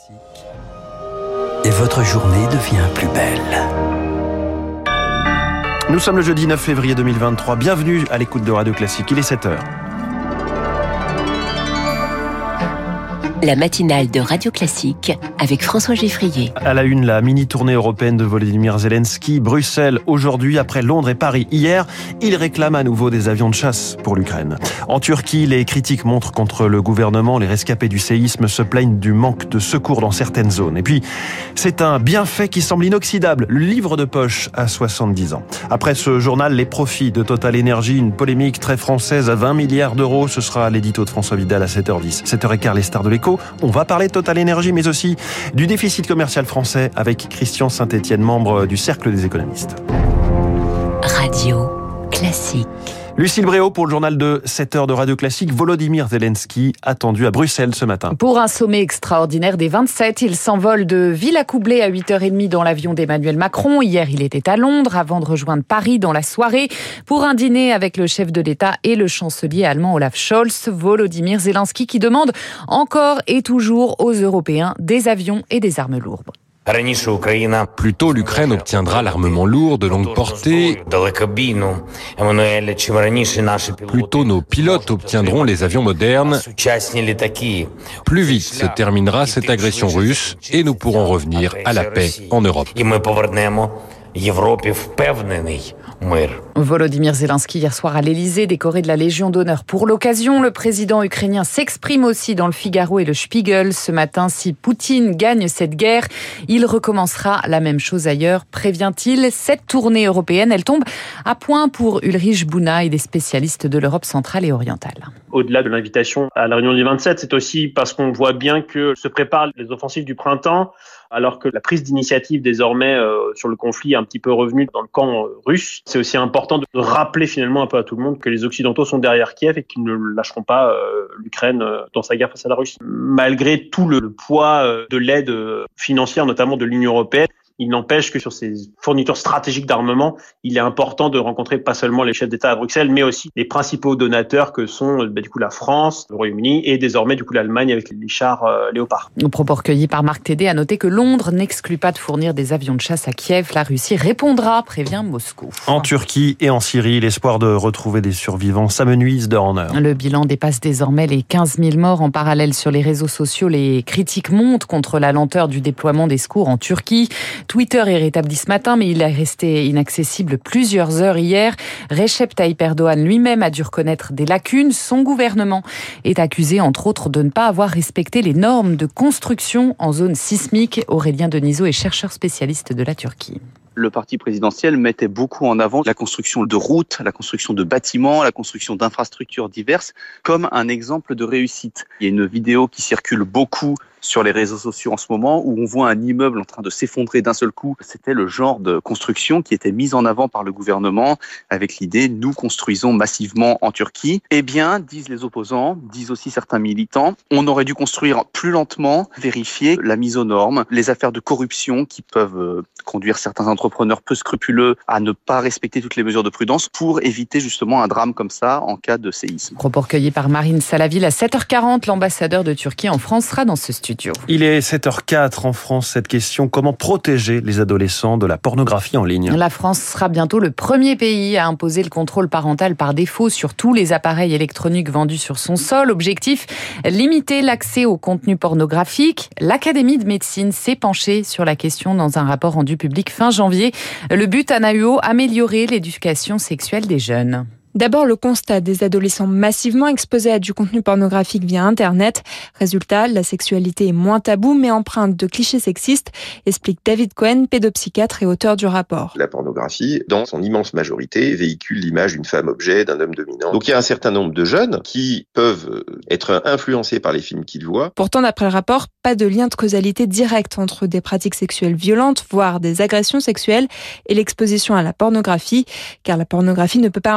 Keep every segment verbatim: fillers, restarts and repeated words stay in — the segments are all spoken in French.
Et votre journée devient plus belle. Nous sommes le jeudi neuf février deux mille vingt-trois. Bienvenue à l'écoute de Radio Classique. Il est sept heures. La matinale de Radio Classique avec François Geffrier. À la une, la mini-tournée européenne de Volodymyr Zelensky. Bruxelles aujourd'hui, après Londres et Paris hier. Il réclame à nouveau des avions de chasse pour l'Ukraine. En Turquie, les critiques montrent contre le gouvernement. Les rescapés du séisme se plaignent du manque de secours dans certaines zones. Et puis, c'est un bienfait qui semble inoxydable. Le livre de poche à soixante-dix ans. Après ce journal, les profits de Total Energy, une polémique très française à vingt milliards d'euros. Ce sera l'édito de François Vidal à sept heures dix. sept heures quinze, les stars de l'écho. On va parler de Total Energy, mais aussi du déficit commercial français avec Christian Saint-Etienne, membre du Cercle des économistes. Radio Classique. Lucille Bréau pour le journal de sept heures de Radio Classique. Volodymyr Zelensky attendu à Bruxelles ce matin. Pour un sommet extraordinaire des vingt-sept, il s'envole de Villacoublay à huit heures trente dans l'avion d'Emmanuel Macron. Hier, il était à Londres avant de rejoindre Paris dans la soirée pour un dîner avec le chef de l'État et le chancelier allemand Olaf Scholz. Volodymyr Zelensky qui demande encore et toujours aux Européens des avions et des armes lourdes. Plus tôt, l'Ukraine obtiendra l'armement lourd de longue portée. Plus tôt, nos pilotes obtiendront les avions modernes. Plus vite se terminera cette agression russe et nous pourrons revenir à la paix en Europe. Volodymyr Zelensky hier soir à l'Élysée, décoré de la Légion d'honneur. Pour l'occasion, le président ukrainien s'exprime aussi dans le Figaro et le Spiegel. Ce matin, si Poutine gagne cette guerre, il recommencera la même chose ailleurs, prévient-il. Cette tournée européenne, elle tombe à point pour Ulrich Bouna et des spécialistes de l'Europe centrale et orientale. Au-delà de l'invitation à la réunion du vingt-sept, c'est aussi parce qu'on voit bien que se préparent les offensives du printemps, alors que la prise d'initiative désormais euh, sur le conflit est un petit peu revenue dans le camp euh, russe. C'est aussi important de rappeler finalement un peu à tout le monde que les Occidentaux sont derrière Kiev et qu'ils ne lâcheront pas euh, l'Ukraine euh, dans sa guerre face à la Russie. Malgré tout le, le poids euh, de l'aide euh, financière, notamment de l'Union européenne, il n'empêche que sur ces fournitures stratégiques d'armement, il est important de rencontrer pas seulement les chefs d'État à Bruxelles, mais aussi les principaux donateurs que sont bah, du coup la France, le Royaume-Uni et désormais du coup l'Allemagne avec les chars euh, Léopard. Au propos recueillis par Marc Tédé, à noter que Londres n'exclut pas de fournir des avions de chasse à Kiev. La Russie répondra, prévient Moscou. En Turquie et en Syrie, l'espoir de retrouver des survivants s'amenuise d'heure en heure. Le bilan dépasse désormais les quinze mille morts. En parallèle, sur les réseaux sociaux, les critiques montent contre la lenteur du déploiement des secours en Turquie. Twitter est rétabli ce matin, mais il est resté inaccessible plusieurs heures hier. Recep Tayyip Erdogan lui-même a dû reconnaître des lacunes. Son gouvernement est accusé, entre autres, de ne pas avoir respecté les normes de construction en zone sismique. Aurélien Denisot est chercheur spécialiste de la Turquie. Le parti présidentiel mettait beaucoup en avant la construction de routes, la construction de bâtiments, la construction d'infrastructures diverses comme un exemple de réussite. Il y a une vidéo qui circule beaucoup sur les réseaux sociaux en ce moment où on voit un immeuble en train de s'effondrer d'un seul coup. C'était le genre de construction qui était mise en avant par le gouvernement avec l'idée « nous construisons massivement en Turquie ». Eh bien, disent les opposants, disent aussi certains militants, on aurait dû construire plus lentement, vérifier la mise aux normes, les affaires de corruption qui peuvent conduire certains entrepreneurs peu scrupuleux à ne pas respecter toutes les mesures de prudence pour éviter justement un drame comme ça en cas de séisme. Propos recueillis par Marine Salaville à sept heures quarante. L'ambassadeur de Turquie en France sera dans ce studio. Il est sept heures quatre en France. Cette question, comment protéger les adolescents de la pornographie en ligne ? La France sera bientôt le premier pays à imposer le contrôle parental par défaut sur tous les appareils électroniques vendus sur son sol. Objectif, limiter l'accès au contenu pornographique. L'Académie de médecine s'est penchée sur la question dans un rapport rendu public fin janvier. Le but, Anna Huot, améliorer l'éducation sexuelle des jeunes. D'abord, le constat des adolescents massivement exposés à du contenu pornographique via Internet. Résultat, la sexualité est moins taboue mais empreinte de clichés sexistes, explique David Cohen, pédopsychiatre et auteur du rapport. La pornographie, dans son immense majorité, véhicule l'image d'une femme objet, d'un homme dominant. Donc il y a un certain nombre de jeunes qui peuvent être influencés par les films qu'ils voient. Pourtant, d'après le rapport, pas de lien de causalité direct entre des pratiques sexuelles violentes, voire des agressions sexuelles, et l'exposition à la pornographie, car la pornographie ne peut pas influencer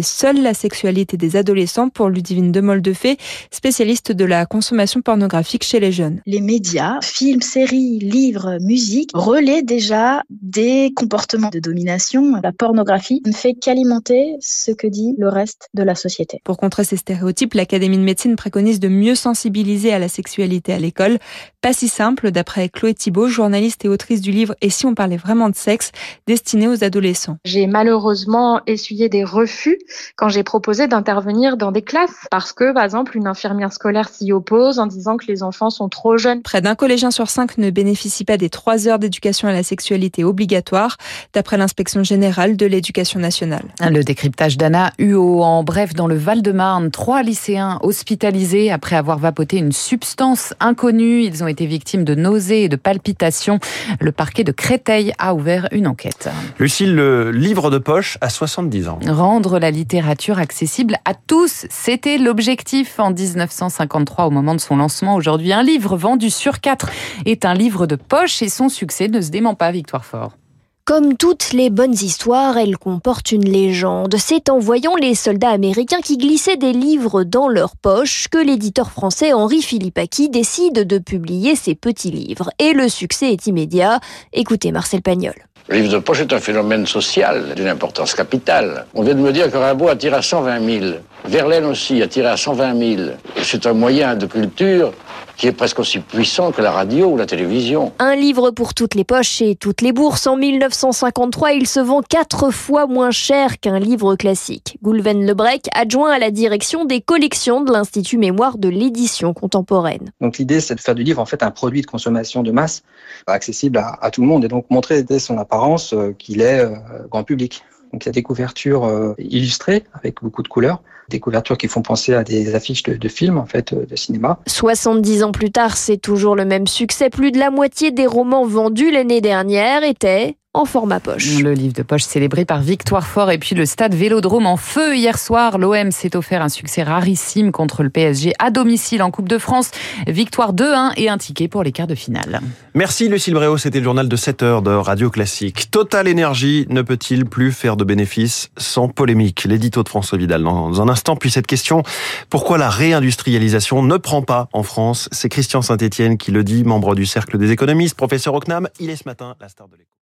seule la sexualité des adolescents pour Ludivine de Moldefait, spécialiste de la consommation pornographique chez les jeunes. Les médias, films, séries, livres, musique, relaient déjà des comportements de domination. La pornographie ne fait qu'alimenter ce que dit le reste de la société. Pour contrer ces stéréotypes, l'Académie de médecine préconise de mieux sensibiliser à la sexualité à l'école. Pas si simple, d'après Chloé Thibault, journaliste et autrice du livre « Et si on parlait vraiment de sexe ?» destiné aux adolescents. J'ai malheureusement essuyé des refus quand j'ai proposé d'intervenir dans des classes parce que, par exemple, une infirmière scolaire s'y oppose en disant que les enfants sont trop jeunes. Près d'un collégien sur cinq ne bénéficie pas des trois heures d'éducation à la sexualité obligatoire, d'après l'inspection générale de l'éducation nationale. Le décryptage d'Anna Huot. En bref, dans le Val-de-Marne, trois lycéens hospitalisés après avoir vapoté une substance inconnue. Ils ont été victimes de nausées et de palpitations. Le parquet de Créteil a ouvert une enquête. Lucille, le livre de poche à soixante-dix ans. Rendre la littérature accessible à tous, c'était l'objectif en dix-neuf cent cinquante-trois au moment de son lancement. Aujourd'hui, un livre vendu sur quatre est un livre de poche et son succès ne se dément pas, Victoire Fort. Comme toutes les bonnes histoires, elle comporte une légende. C'est en voyant les soldats américains qui glissaient des livres dans leur poche que l'éditeur français Henri Philippaki décide de publier ses petits livres. Et le succès est immédiat. Écoutez Marcel Pagnol. Le livre de poche est un phénomène social d'une importance capitale. On vient de me dire que Rimbaud a tiré à cent vingt mille. Verlaine aussi a tiré à cent vingt mille. C'est un moyen de culture qui est presque aussi puissant que la radio ou la télévision. Un livre pour toutes les poches et toutes les bourses. En mille neuf cent cinquante-trois, il se vend quatre fois moins cher qu'un livre classique. Goulven Lebrec, adjoint à la direction des collections de l'Institut Mémoire de l'édition contemporaine. Donc l'idée, c'est de faire du livre en fait un produit de consommation de masse, accessible à, à tout le monde, et donc montrer dès son apparence euh, qu'il est euh, grand public. Donc il y a des couvertures euh, illustrées avec beaucoup de couleurs, des couvertures qui font penser à des affiches de, de films en fait, de cinéma. soixante-dix ans plus tard, c'est toujours le même succès. Plus de la moitié des romans vendus l'année dernière étaient en format poche. Le livre de poche célébré par Victoire Fort et puis le stade Vélodrome en feu hier soir. L'O M s'est offert un succès rarissime contre le P S G à domicile en Coupe de France. Victoire deux un et un ticket pour les quarts de finale. Merci Lucille Bréau, c'était le journal de sept heures de Radio Classique. Total Énergie ne peut-il plus faire de bénéfices sans polémique? L'édito de François Vidal dans un instant. Puis cette question, pourquoi la réindustrialisation ne prend pas en France? C'est Christian Saint-Etienne qui le dit, membre du Cercle des économistes, professeur au C N A M. Il est ce matin la star de l'écho.